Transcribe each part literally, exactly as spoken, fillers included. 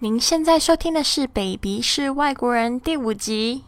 您现在收听的是《Baby 是外国人》第五集。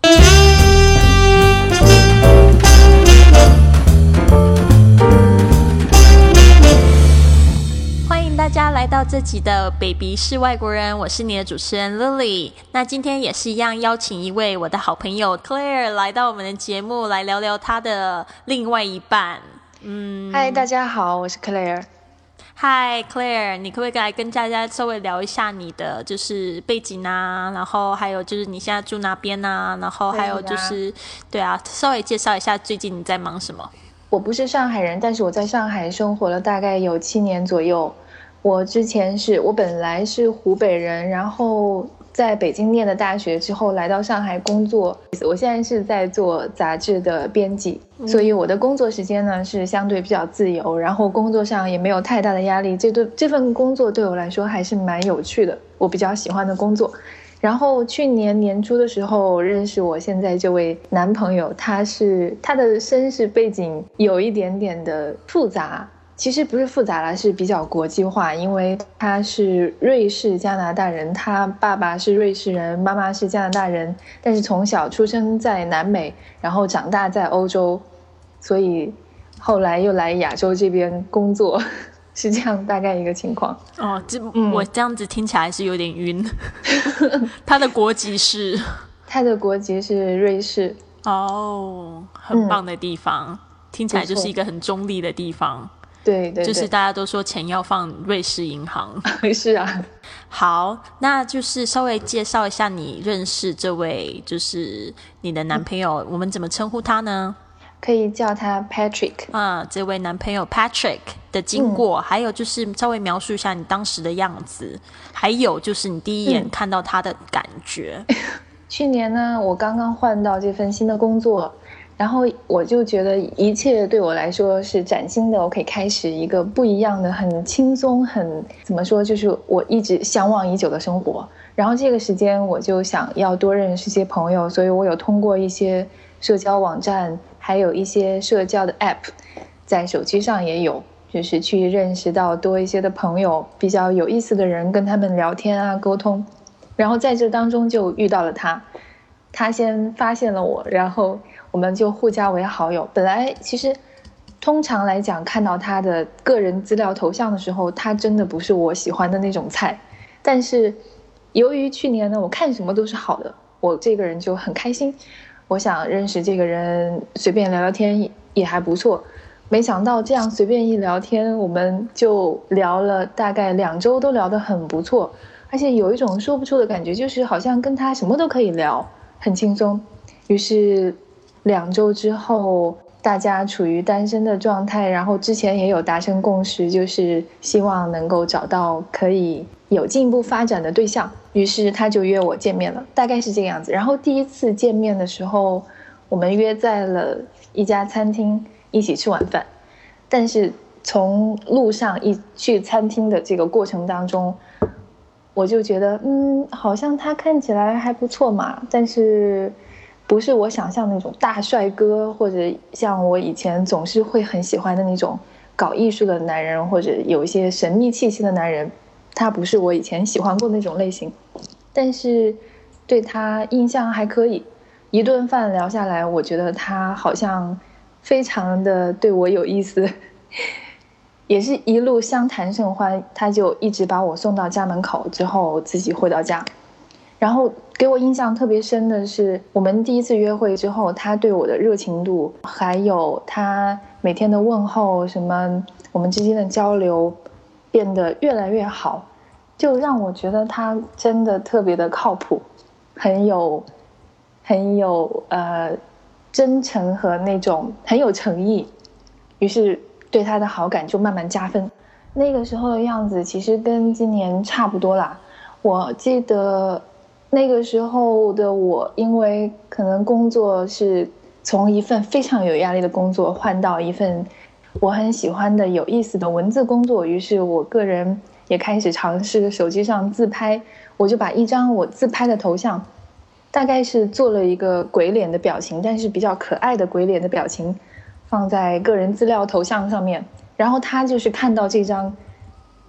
欢迎大家来到这集的《Baby 是外国人》，我是你的主持人 Lily。那今天也是一样，邀请一位我的好朋友 Claire 来到我们的节目，来聊聊她的另外一半。 嗯，嗨，大家好，我是 Claire。 嗨 Claire， 你可不可以来跟大家稍微聊一下你的就是背景啊，然后还有就是你现在住哪边啊，然后还有就是、啊、对啊，稍微介绍一下最近你在忙什么。 我不是上海人，但是我在上海生活了大概有七年左右。我之前是我本来是湖北人，然后在北京念的大学之后来到上海工作。我现在是在做杂志的编辑，所以我的工作时间呢是相对比较自由，然后工作上也没有太大的压力。这对这份工作对我来说还是蛮有趣的，我比较喜欢的工作。然后去年年初的时候认识我现在这位男朋友，他是他的身世背景有一点点的复杂。其实不是复杂了，是比较国际化，因为他是瑞士加拿大人，他爸爸是瑞士人，妈妈是加拿大人，但是从小出生在南美，然后长大在欧洲，所以后来又来亚洲这边工作，是这样大概一个情况。 哦，这、嗯、我这样子听起来是有点晕。他的国籍是？ 他的国籍是瑞士。 哦，很棒的地方、嗯、听起来就是一个很中立的地方。 对对对， 就是大家都说钱要放瑞士银行。 是啊。 好，那就是稍微介绍一下你认识这位就是你的男朋友、嗯、我们怎么称呼他呢？ 可以叫他 Patrick。 啊，这位男朋友 Patrick 的经过、嗯、还有就是稍微描述一下你当时的样子，还有就是你第一眼看到他的感觉、嗯、 去年呢我刚刚换到这份新的工作，然后我就觉得一切对我来说是崭新的，我可以开始一个不一样的很轻松很怎么说，就是我一直向往已久的生活。然后这个时间我就想要多认识些朋友，所以我有通过一些社交网站还有一些社交的 app， 在手机上也有，就是去认识到多一些的朋友，比较有意思的人，跟他们聊天啊沟通。然后在这当中就遇到了他，他先发现了我，然后我们就互加为好友。本来其实通常来讲看到他的个人资料头像的时候，他真的不是我喜欢的那种菜，但是由于去年呢我看什么都是好的，我这个人就很开心，我想认识这个人随便聊聊天也还不错。没想到这样随便一聊天，我们就聊了大概两周，都聊得很不错，而且有一种说不出的感觉，就是好像跟他什么都可以聊，很轻松。于是两周之后大家处于单身的状态，然后之前也有达成共识，就是希望能够找到可以有进一步发展的对象，于是他就约我见面了，大概是这个样子。然后第一次见面的时候我们约在了一家餐厅一起吃晚饭，但是从路上一去餐厅的这个过程当中，我就觉得嗯，好像他看起来还不错嘛，但是不是我想象那种大帅哥，或者像我以前总是会很喜欢的那种搞艺术的男人，或者有一些神秘气息的男人，他不是我以前喜欢过那种类型。但是对他印象还可以，一顿饭聊下来，我觉得他好像非常的对我有意思，也是一路相谈甚欢，他就一直把我送到家门口之后自己回到家。然后给我印象特别深的是，我们第一次约会之后，他对我的热情度，还有他每天的问候，什么我们之间的交流变得越来越好，就让我觉得他真的特别的靠谱，很有很有呃真诚和那种很有诚意，于是对他的好感就慢慢加分。那个时候的样子其实跟今年差不多啦。我记得那个时候的我，因为可能工作是从一份非常有压力的工作换到一份我很喜欢的有意思的文字工作，于是我个人也开始尝试手机上自拍。我就把一张我自拍的头像，大概是做了一个鬼脸的表情，但是比较可爱的鬼脸的表情，放在个人资料头像上面。然后他就是看到这张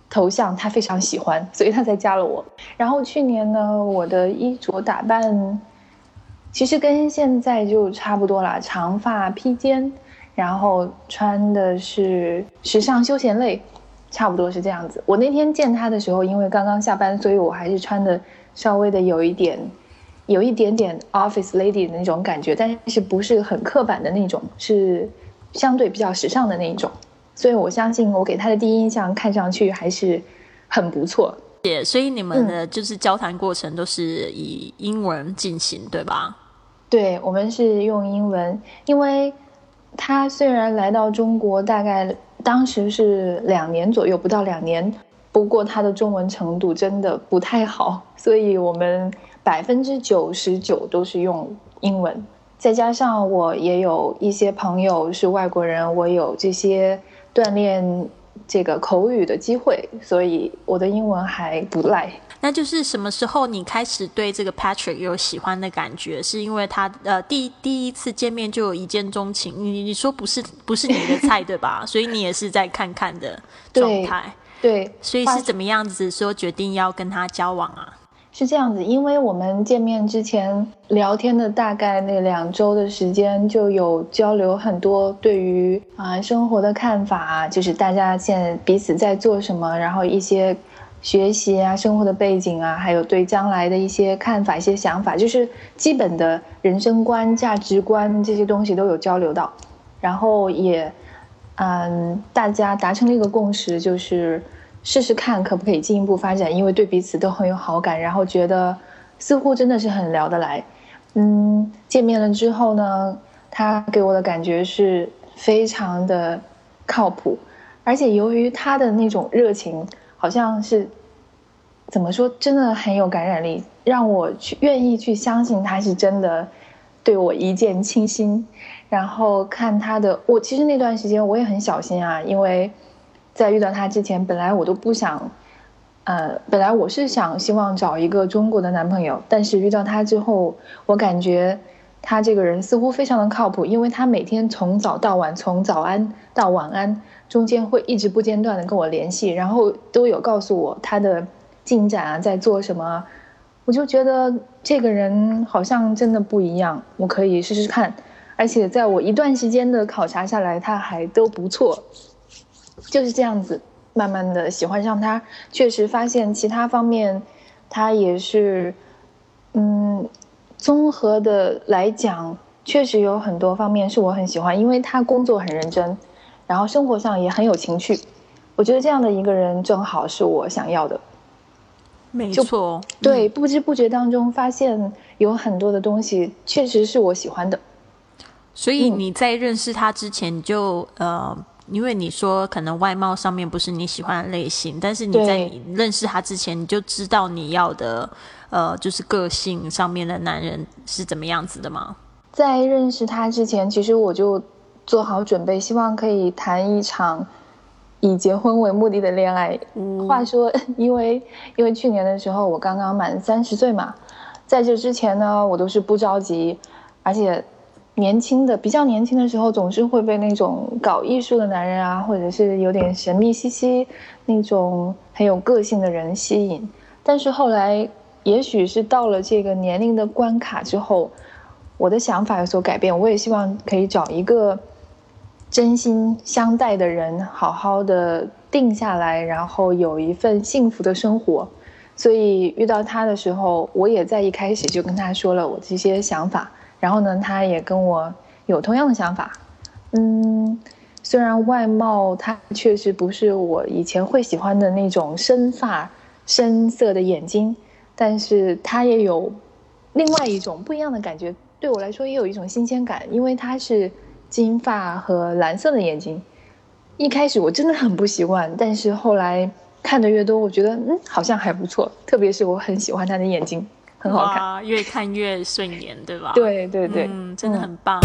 头像他非常喜欢，所以他才加了我。然后去年呢，我的衣着打扮其实跟现在就差不多啦，长发披肩，然后穿的是时尚休闲类，差不多是这样子。我那天见他的时候，因为刚刚下班，所以我还是穿的稍微的有一点有一点点 office lady 的那种感觉，但是不是很刻板的那种，是相对比较时尚的那一种。所以我相信我给他的第一印象看上去还是很不错。 所以你们的就是交谈过程都是以英文进行、嗯、对吧？ 对，我们是用英文，因为他虽然来到中国大概当时是两年左右，不到两年，不过他的中文程度真的不太好，所以我们百分之九十九都是用英文。再加上我也有一些朋友是外国人，我有这些锻炼这个口语的机会，所以我的英文还不赖。 那就是什么时候你开始对这个 Patrick 有喜欢的感觉？是因为他呃第第一次见面就有一见钟情？你你说不是不是你的菜对吧？所以你也是在看看的状态。 对，对， 所以是怎么样子说决定要跟他交往啊？ 是这样子，因为我们见面之前聊天的大概那两周的时间，就有交流很多对于啊、呃、生活的看法，就是大家现在彼此在做什么，然后一些学习啊、生活的背景啊，还有对将来的一些看法、一些想法，就是基本的人生观、价值观这些东西都有交流到，然后也嗯，大家达成了一个共识，就是试试看可不可以进一步发展，因为对彼此都很有好感，然后觉得似乎真的是很聊得来。嗯，见面了之后呢，他给我的感觉是非常的靠谱，而且由于他的那种热情，好像是怎么说，真的很有感染力，让我去愿意去相信他是真的对我一见倾心。然后看他的，我其实那段时间我也很小心啊，因为在遇到他之前，本来我都不想，呃，本来我是想希望找一个中国的男朋友，但是遇到他之后，我感觉他这个人似乎非常的靠谱，因为他每天从早到晚，从早安到晚安，中间会一直不间断的跟我联系，然后都有告诉我他的进展啊，在做什么，我就觉得这个人好像真的不一样，我可以试试看。而且在我一段时间的考察下来，他还都不错。就是这样子慢慢的喜欢上他，确实发现其他方面他也是嗯，综合的来讲确实有很多方面是我很喜欢，因为他工作很认真，然后生活上也很有情趣，我觉得这样的一个人正好是我想要的。 没错， 对，不知不觉当中发现有很多的东西确实是我喜欢的。 所以你在认识他之前你就呃因为你说可能外貌上面不是你喜欢的类型，但是你在你认识他之前你就知道你要的呃就是个性上面的男人是怎么样子的吗？ 在认识他之前，其实我就做好准备，希望可以谈一场以结婚为目的的恋爱。嗯、话说因为因为去年的时候我刚刚满三十岁嘛，在这之前呢我都是不着急，而且年轻的比较年轻的时候总是会被那种搞艺术的男人啊，或者是有点神秘兮兮那种很有个性的人吸引，但是后来也许是到了这个年龄的关卡之后，我的想法有所改变，我也希望可以找一个真心相待的人，好好的定下来，然后有一份幸福的生活。所以遇到他的时候，我也在一开始就跟他说了我这些想法，然后呢他也跟我有同样的想法。嗯，虽然外貌他确实不是我以前会喜欢的那种深发深色的眼睛，但是他也有另外一种不一样的感觉，对我来说也有一种新鲜感，因为他是金发和蓝色的眼睛。一开始我真的很不习惯，但是后来看的越多，我觉得嗯好像还不错，特别是我很喜欢他的眼睛，很好看， 越看越顺眼，对吧？ 对对对， 嗯，真的很棒。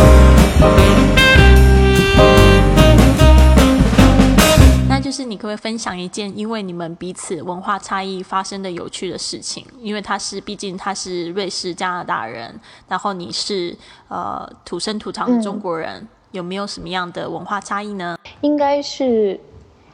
那就是你可不可以分享一件因为你们彼此文化差异发生的有趣的事情？因为他是毕竟他是瑞士加拿大人，然后你是呃土生土长的中国人、嗯、有没有什么样的文化差异呢？ 应该是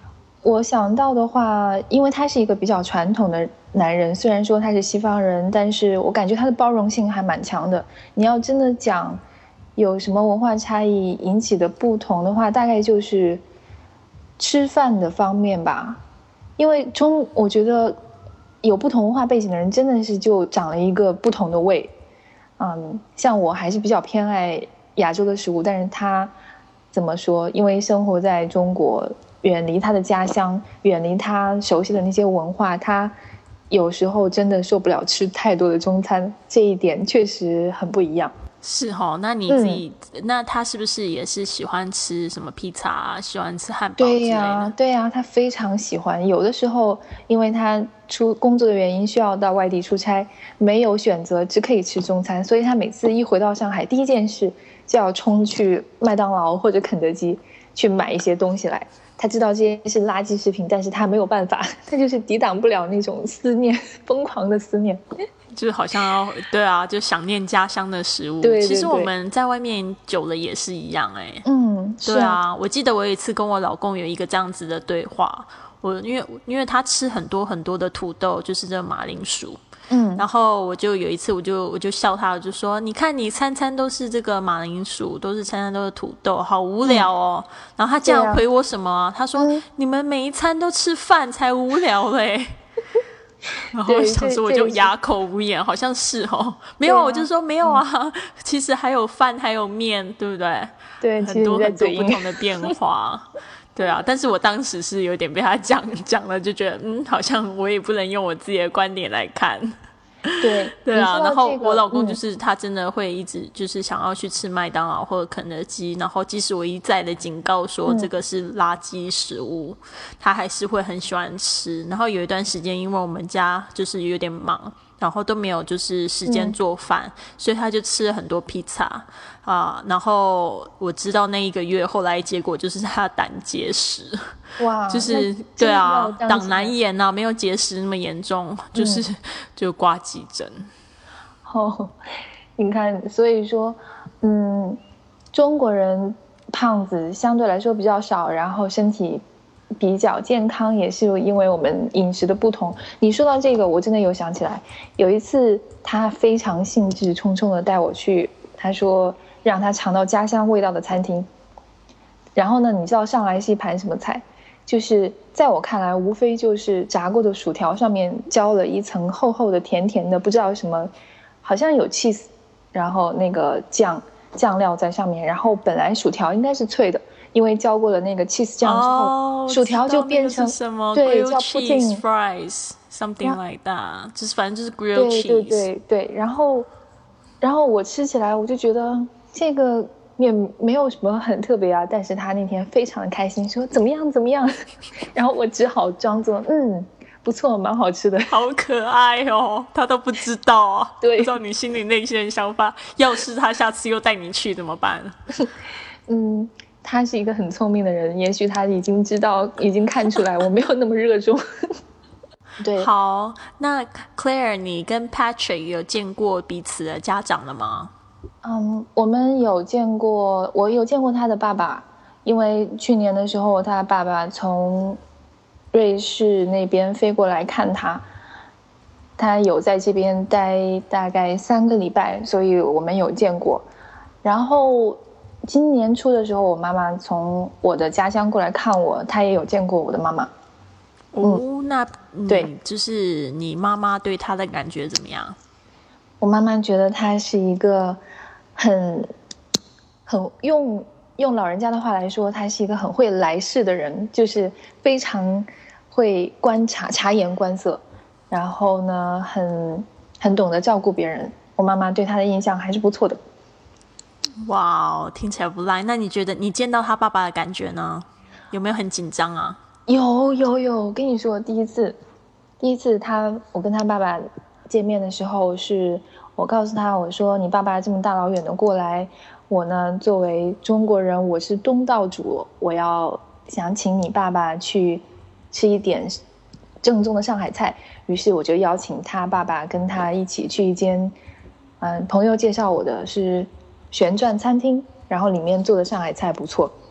我想到的话，因为他是一个比较传统的男人，虽然说他是西方人，但是我感觉他的包容性还蛮强的。你要真的讲有什么文化差异引起的不同的话，大概就是吃饭的方面吧。因为中我觉得有不同文化背景的人真的是就长了一个不同的胃。嗯，像我还是比较偏爱亚洲的食物，但是他怎么说，因为生活在中国，远离他的家乡，远离他熟悉的那些文化，他有时候真的受不了吃太多的中餐，这一点确实很不一样。 是哦，那你自己、嗯、那他是不是也是喜欢吃什么披萨啊，喜欢吃汉堡之类的？ 对呀、啊，对呀、啊，他非常喜欢。有的时候因为他出工作的原因需要到外地出差，没有选择，只可以吃中餐，所以他每次一回到上海，第一件事就要冲去麦当劳或者肯德基去买一些东西来。他知道这些是垃圾食品，但是他没有办法，他就是抵挡不了那种思念，疯狂的思念。 就是好像要对啊，就想念家乡的食物。 对对对， 其实我们在外面久了也是一样哎、欸。 嗯， 对啊，我记得我有一次跟我老公有一个这样子的对话，我因为因为他吃很多很多的土豆，就是这个马铃薯。嗯，然后我就有一次我就我就笑他，我就说你看你餐餐都是这个马铃薯，都是餐餐都是土豆，好无聊哦。嗯、然后他这样回我什么、啊？他说、嗯、你们每一餐都吃饭才无聊嘞。然后我想说我就哑口无言，好像是哦，没有、啊、我就说没有啊、嗯，其实还有饭还有面，对不对？ 对， 很多很多不同的变化。对啊，但是我当时是有点被他讲讲了，就觉得嗯，好像我也不能用我自己的观点来看。 对对啊， 这个、 然后我老公就是、嗯、他真的会一直就是想要去吃麦当劳或者肯德基，然后即使我一再的警告说这个是垃圾食物、嗯、他还是会很喜欢吃。然后有一段时间因为我们家就是有点忙，然后都没有就是时间做饭、嗯、所以他就吃了很多披萨啊。然后我知道那一个月后来结果就是他胆结石。 哇， 就是对啊，挡难言啊，没有结石那么严重，就是、嗯、就挂急诊。 哦，你看，所以说，嗯，中国人胖子相对来说比较少，然后身体比较健康，也是因为我们饮食的不同。你说到这个，我真的有想起来，有一次他非常兴致冲冲的带我去，他说让他尝到家乡味道的餐厅。然后呢，你知道上来是一盘什么菜？就是在我看来无非就是炸过的薯条上面浇了一层厚厚的甜甜的不知道什么，好像有 cheese， 然后那个酱酱料在上面，然后本来薯条应该是脆的，因为浇过了那个 cheese 酱之后、哦、薯条就变成什么对 grilled 叫 cheese fries something like that， 就是反正就是 grilled 对 cheese。 对对对，然后然后我吃起来我就觉得这个也没有什么很特别啊，但是他那天非常的开心，说怎么样怎么样，然后我只好装作嗯不错，蛮好吃的。 好可爱哦，他都不知道啊， 对， 不知道你心里内心的想法。要是他下次又带你去怎么办？ 嗯，他是一个很聪明的人，也许他已经知道，已经看出来我没有那么热衷。对， 好，那 Claire， 你跟 Patrick 有见过彼此的家长了吗？ 嗯，我们有见过，我有见过他的爸爸，因为去年的时候，他爸爸从瑞士那边飞过来看他，他有在这边待大概三个礼拜，所以我们有见过。然后今年初的时候，我妈妈从我的家乡过来看我，她也有见过我的妈妈。 哦，嗯、那、嗯、 对， 就是你妈妈对她的感觉怎么样？ 我妈妈觉得她是一个很很用用老人家的话来说，她是一个很会来事的人，就是非常会观察、察言观色，然后呢，很很懂得照顾别人。我妈妈对她的印象还是不错的。 哇，听起来不赖。那你觉得你见到他爸爸的感觉呢？有没有很紧张啊？ 有有有，跟你说，第一次，第一次他我跟他爸爸见面的时候，是我告诉他，我说你爸爸这么大老远的过来，我呢作为中国人，我是东道主，我要想请你爸爸去吃一点正宗的上海菜。于是我就邀请他爸爸跟他一起去一间，嗯，朋友介绍我的是旋转餐厅，然后里面做的上海菜不错。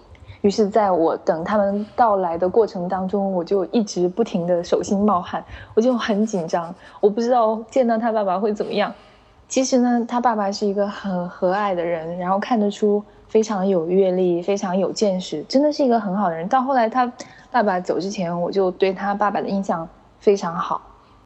于是在我等他们到来的过程当中，我就一直不停的手心冒汗，我就很紧张，我不知道见到他爸爸会怎么样。其实呢，他爸爸是一个很和蔼的人，然后看得出非常有阅历，非常有见识，真的是一个很好的人。到后来他爸爸走之前，我就对他爸爸的印象非常好。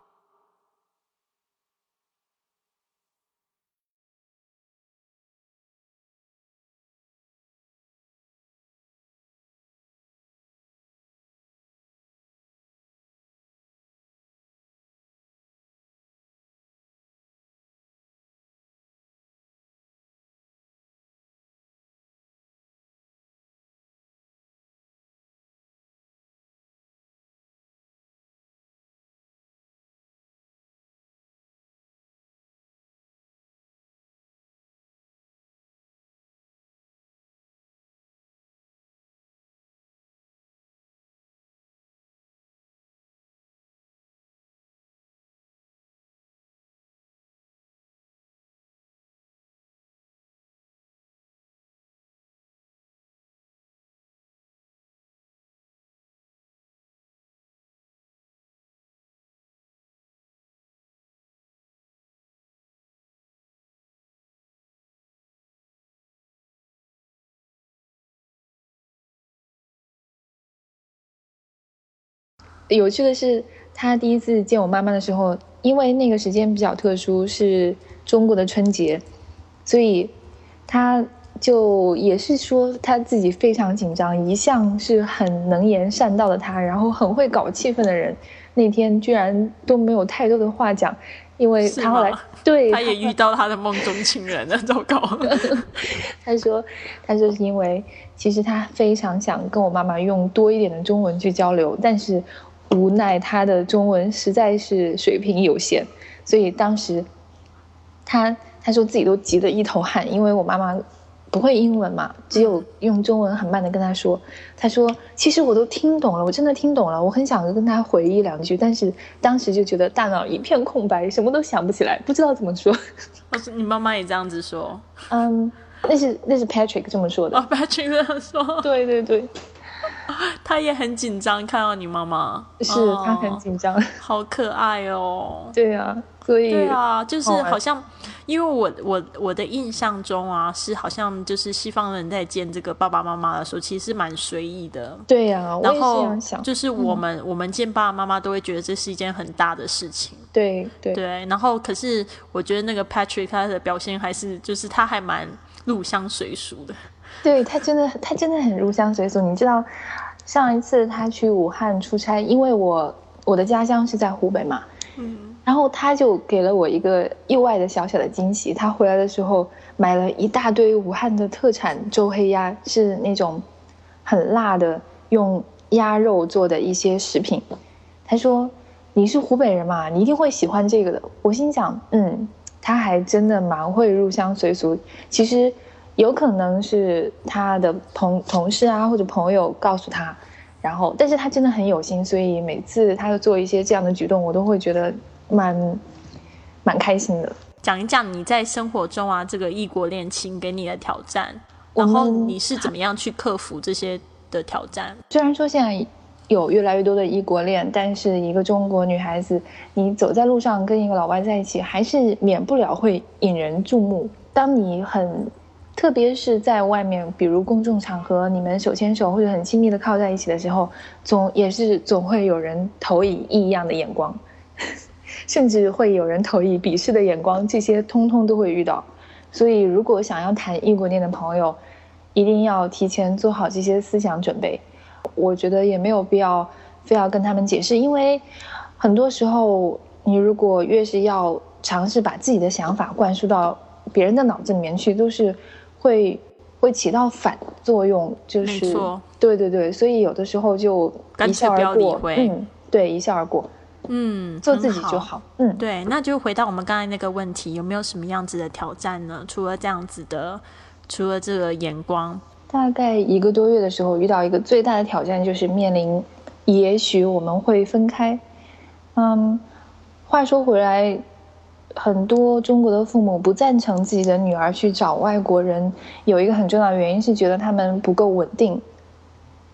有趣的是，他第一次见我妈妈的时候，因为那个时间比较特殊，是中国的春节，所以他就也是说他自己非常紧张，一向是很能言善道的他，然后很会搞气氛的人，那天居然都没有太多的话讲，因为他后来对他也遇到他的梦中情人了，糟糕。 他说，他说是因为其实他非常想跟我妈妈用多一点的中文去交流，但是无奈他的中文实在是水平有限，所以当时他他说自己都急得一头汗，因为我妈妈不会英文嘛，只有用中文很慢的跟他说。他说其实我都听懂了，我真的听懂了，我很想跟他回一两句，但是当时就觉得大脑一片空白，什么都想不起来，不知道怎么说。 哦，你妈妈也这样子说？ 嗯，那是那是 Patrick 这么说的。 哦 Patrick 这样说。 对对对， 他也很紧张，看到你妈妈， 是、哦、他很紧张， 好可爱哦。 对啊，所以对啊，就是好像，因为我我我的印象中啊，是好像就是西方人在见这个爸爸妈妈的时候，其实是蛮随意的。 对啊， 然后我也这样想， 就是我们、 嗯、 我们见爸爸妈妈都会觉得这是一件很大的事情。 对对对，然后可是我觉得那个 Patrick 他的表现还是就是他还蛮入乡随俗的。 对，他真的他真的很入乡随俗。你知道上一次他去武汉出差，因为我我的家乡是在湖北嘛，嗯，然后他就给了我一个意外的小小的惊喜。他回来的时候买了一大堆武汉的特产周黑鸭，是那种很辣的用鸭肉做的一些食品。他说你是湖北人嘛，你一定会喜欢这个的。我心想嗯，他还真的蛮会入乡随俗。其实有可能是他的同同事啊或者朋友告诉他，然后但是他真的很有心，所以每次他做一些这样的举动，我都会觉得蛮蛮开心的。 讲一讲你在生活中啊这个异国恋情给你的挑战，然后你是怎么样去克服这些的挑战？ 虽然说现在有越来越多的异国恋，但是一个中国女孩子，你走在路上跟一个老外在一起，还是免不了会引人注目。当你很特别是在外面，比如公众场合，你们手牵手或者很亲密的靠在一起的时候，总也是总会有人投以异样的眼光，甚至会有人投以鄙视的眼光，这些通通都会遇到。所以如果想要谈异国恋的朋友，一定要提前做好这些思想准备。我觉得也没有必要非要跟他们解释，因为很多时候你如果越是要尝试把自己的想法灌输到别人的脑子里面去，都是会会起到反作用，就是没错， 对对对，所以有的时候就一笑而过，嗯，对，一笑而过， 嗯， 做自己就好，嗯， 对。那就回到我们刚才那个问题，有没有什么样子的挑战呢？除了这样子的，除了这个眼光， 大概一个多月的时候，遇到一个最大的挑战，就是面临也许我们会分开。嗯，话说回来，很多中国的父母不赞成自己的女儿去找外国人，有一个很重要的原因是觉得他们不够稳定。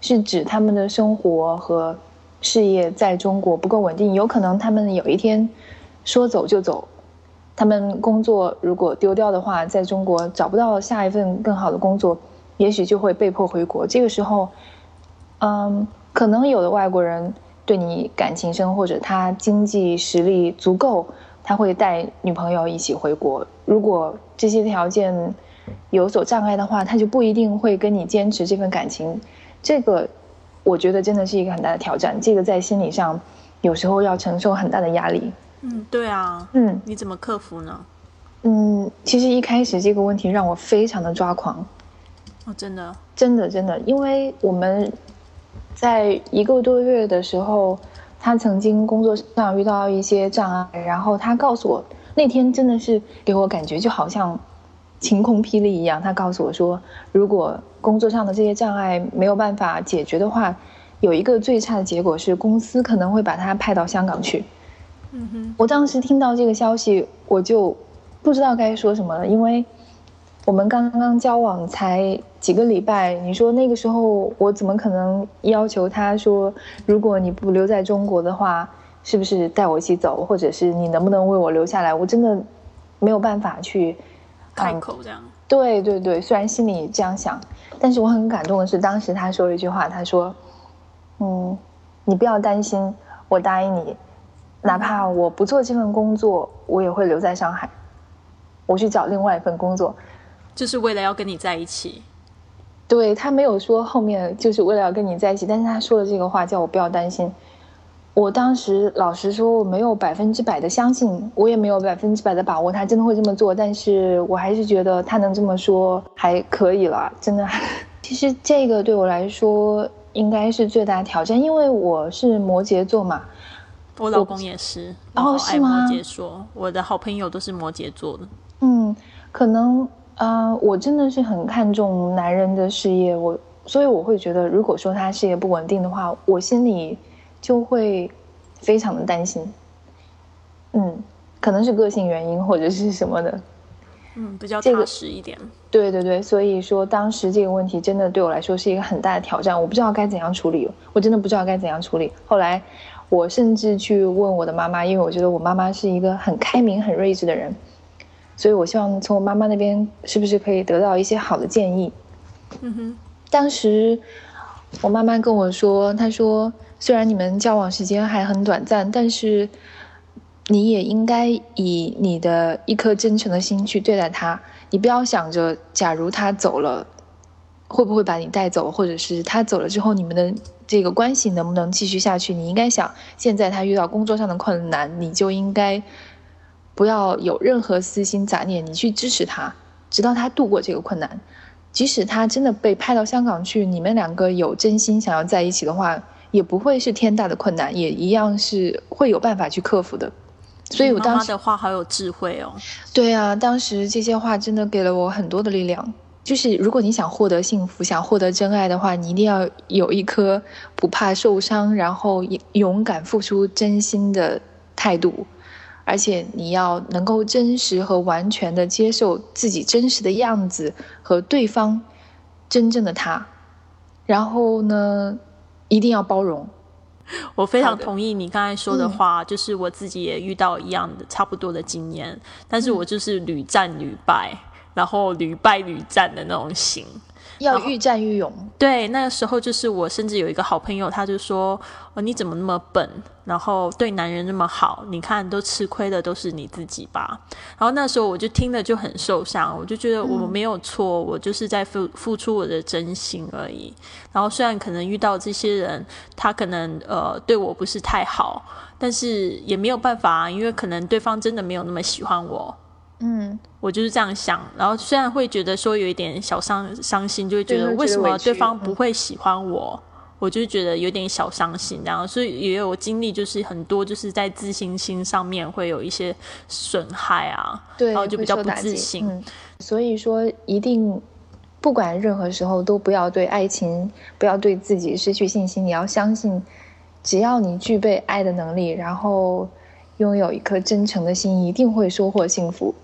是指他们的生活和事业在中国不够稳定，有可能他们有一天说走就走，他们工作如果丢掉的话，在中国找不到下一份更好的工作，也许就会被迫回国。这个时候嗯，可能有的外国人对你感情深，或者他经济实力足够，他会带女朋友一起回国。如果这些条件有所障碍的话，他就不一定会跟你坚持这份感情。这个我觉得真的是一个很大的挑战，这个在心理上有时候要承受很大的压力。 嗯，对啊， 嗯， 你怎么克服呢？ 嗯，其实一开始这个问题让我非常的抓狂。 哦，真的， 真的真的，因为我们在一个多月的时候，他曾经工作上遇到一些障碍，然后他告诉我，那天真的是给我感觉就好像晴空霹雳一样。他告诉我说，如果工作上的这些障碍没有办法解决的话，有一个最差的结果是公司可能会把他派到香港去。 嗯哼， 我当时听到这个消息，我就不知道该说什么了，因为我们刚刚交往才几个礼拜，你说那个时候我怎么可能要求他说，如果你不留在中国的话，是不是带我一起走，或者是你能不能为我留下来？我真的没有办法去开口这样、嗯、 对对对，虽然心里这样想，但是我很感动的是当时他说了一句话，他说嗯，你不要担心，我答应你，哪怕我不做这份工作，我也会留在上海，我去找另外一份工作， 就是为了要跟你在一起。 对，他没有说后面就是为了要跟你在一起，但是他说了这个话，叫我不要担心。我当时老实说，我没有百分之百的相信，我也没有百分之百的把握他真的会这么做，但是我还是觉得他能这么说还可以了，真的。其实这个对我来说应该是最大的挑战，因为我是摩羯座嘛。 我老公也是，我好爱摩羯座，我的好朋友都是摩羯座的。 嗯，可能呃，我真的是很看重男人的事业，我所以我会觉得，如果说他事业不稳定的话，我心里就会非常的担心。嗯，可能是个性原因或者是什么的。 嗯，比较踏实一点、 这个、对对对，所以说当时这个问题真的对我来说是一个很大的挑战，我不知道该怎样处理，我真的不知道该怎样处理。后来我甚至去问我的妈妈，因为我觉得我妈妈是一个很开明很睿智的人，所以我希望从我妈妈那边是不是可以得到一些好的建议。 嗯哼， 当时我妈妈跟我说，她说虽然你们交往时间还很短暂，但是你也应该以你的一颗真诚的心去对待他，你不要想着假如他走了会不会把你带走，或者是他走了之后你们的这个关系能不能继续下去，你应该想现在他遇到工作上的困难，你就应该不要有任何私心杂念，你去支持他直到他度过这个困难。即使他真的被派到香港去，你们两个有真心想要在一起的话，也不会是天大的困难，也一样是会有办法去克服的。所以我当时妈妈的话好有智慧哦。 对啊，当时这些话真的给了我很多的力量，就是如果你想获得幸福，想获得真爱的话，你一定要有一颗不怕受伤，然后勇敢付出真心的态度，而且你要能够真实和完全的接受自己真实的样子和对方真正的他，然后呢一定要包容。 我非常同意你刚才说的话、嗯、就是我自己也遇到一样的差不多的经验，但是我就是屡战屡败、嗯、然后屡败屡战的那种型， 要愈战愈勇。对， 那个时候就是我甚至有一个好朋友，他就说、哦、你怎么那么笨，然后对男人那么好，你看都吃亏的都是你自己吧。然后那时候我就听了就很受伤，我就觉得我没有错、嗯、我就是在付付出我的真心而已。然后虽然可能遇到这些人他可能呃对我不是太好，但是也没有办法，因为可能对方真的没有那么喜欢我。 嗯， 我就是这样想，然后虽然会觉得说有一点小伤伤心，就会觉得为什么对方不会喜欢我、嗯、我就觉得有点小伤心这样，所以也有经历就是很多就是在自信心上面会有一些损害啊， 对， 然后就比较不自信、 嗯、所以说一定不管任何时候都不要对爱情不要对自己失去信心，你要相信只要你具备爱的能力，然后拥有一颗真诚的心，一定会收获幸福。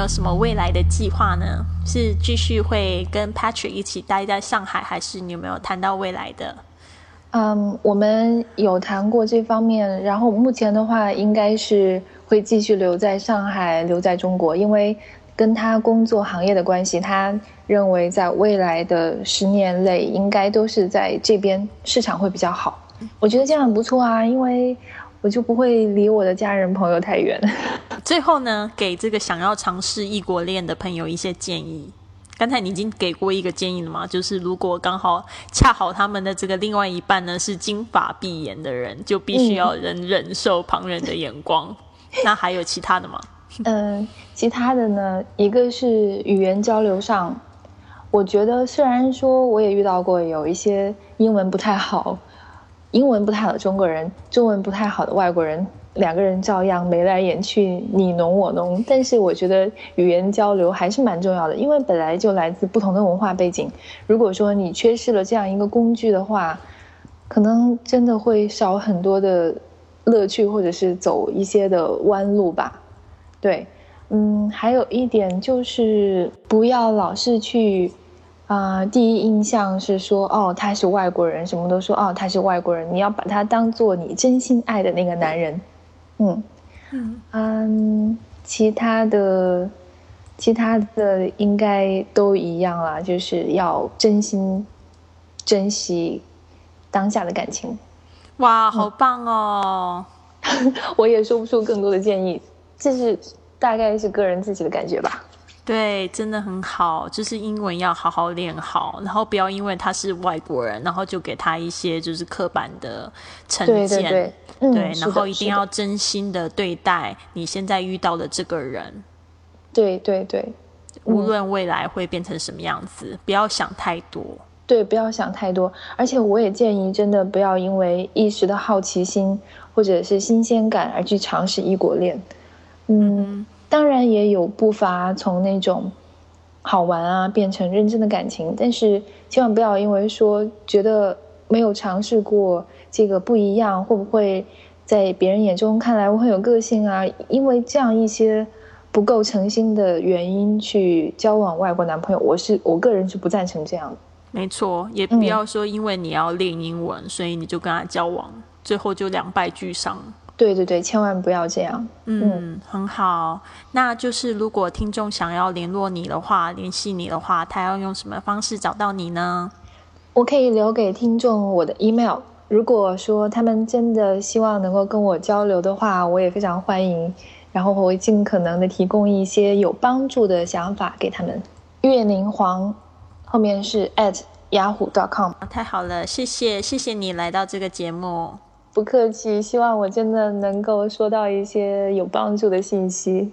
什么未来的计划呢？是继续会跟 Patrick 一起待在上海，还是你有没有谈到未来的？ 嗯，我们有谈过这方面，然后目前的话应该是会继续留在上海，留在中国，因为跟他工作行业的关系，他认为在未来的十年内应该都是在这边市场会比较好。我觉得这样很不错啊，因为我就不会离我的家人朋友太远。 最后呢，给这个想要尝试异国恋的朋友一些建议。刚才你已经给过一个建议了嘛，就是如果刚好恰好他们的这个另外一半呢是金发碧眼的人，就必须要忍忍受旁人的眼光、嗯、那还有其他的吗？ 嗯，其他的呢，一个是语言交流上，我觉得虽然说我也遇到过有一些英文不太好英文不太好的中国人，中文不太好的外国人，两个人照样眉来眼去，你侬我侬。但是我觉得语言交流还是蛮重要的，因为本来就来自不同的文化背景，如果说你缺失了这样一个工具的话，可能真的会少很多的乐趣，或者是走一些的弯路吧。对，嗯，还有一点就是不要老是去啊、呃，第一印象是说哦他是外国人，什么都说哦他是外国人，你要把他当做你真心爱的那个男人。嗯嗯嗯，其他的其他的应该都一样啦，就是要真心珍惜当下的感情。 哇，好棒哦！ 嗯、我也说不出更多的建议，这是大概是个人自己的感觉吧。 对，真的很好，就是英文要好好练好，然后不要因为他是外国人，然后就给他一些就是刻板的成见。 对对对，嗯， 对，然后一定要真心的对待你现在遇到的这个人。 对对对， 无论未来会变成什么样子、嗯、不要想太多。 对，不要想太多，而且我也建议真的不要因为一时的好奇心或者是新鲜感而去尝试异国恋。嗯，嗯当然也有不乏从那种好玩啊变成认真的感情，但是千万不要因为说觉得没有尝试过这个不一样，会不会在别人眼中看来我很有个性啊，因为这样一些不够诚心的原因去交往外国男朋友，我是我个人是不赞成这样的。 没错，也不要说因为你要练英文、嗯、所以你就跟他交往，最后就两败俱伤。 对对对，千万不要这样。 嗯, 嗯很好。那就是如果听众想要联络你的话，联系你的话，他要用什么方式找到你呢？ 我可以留给听众我的 email， 如果说他们真的希望能够跟我交流的话，我也非常欢迎，然后我会尽可能的提供一些有帮助的想法给他们。岳宁黄后面是 at yahoo dot com。 太好了，谢谢谢谢你来到这个节目。 不客气，希望我真的能够说到一些有帮助的信息。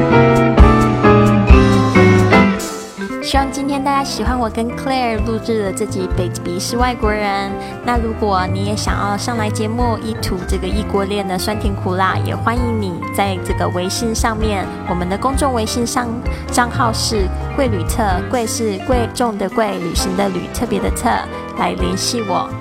希望今天大家喜欢我跟 Claire 录制的这集 Baby 是外国人。那如果你也想要上来节目一吐这个异国恋的酸甜苦辣，也欢迎你在这个微信上面，我们的公众微信上账号是贵旅特，贵是贵重的贵，旅行的旅，特别的特，来联系我。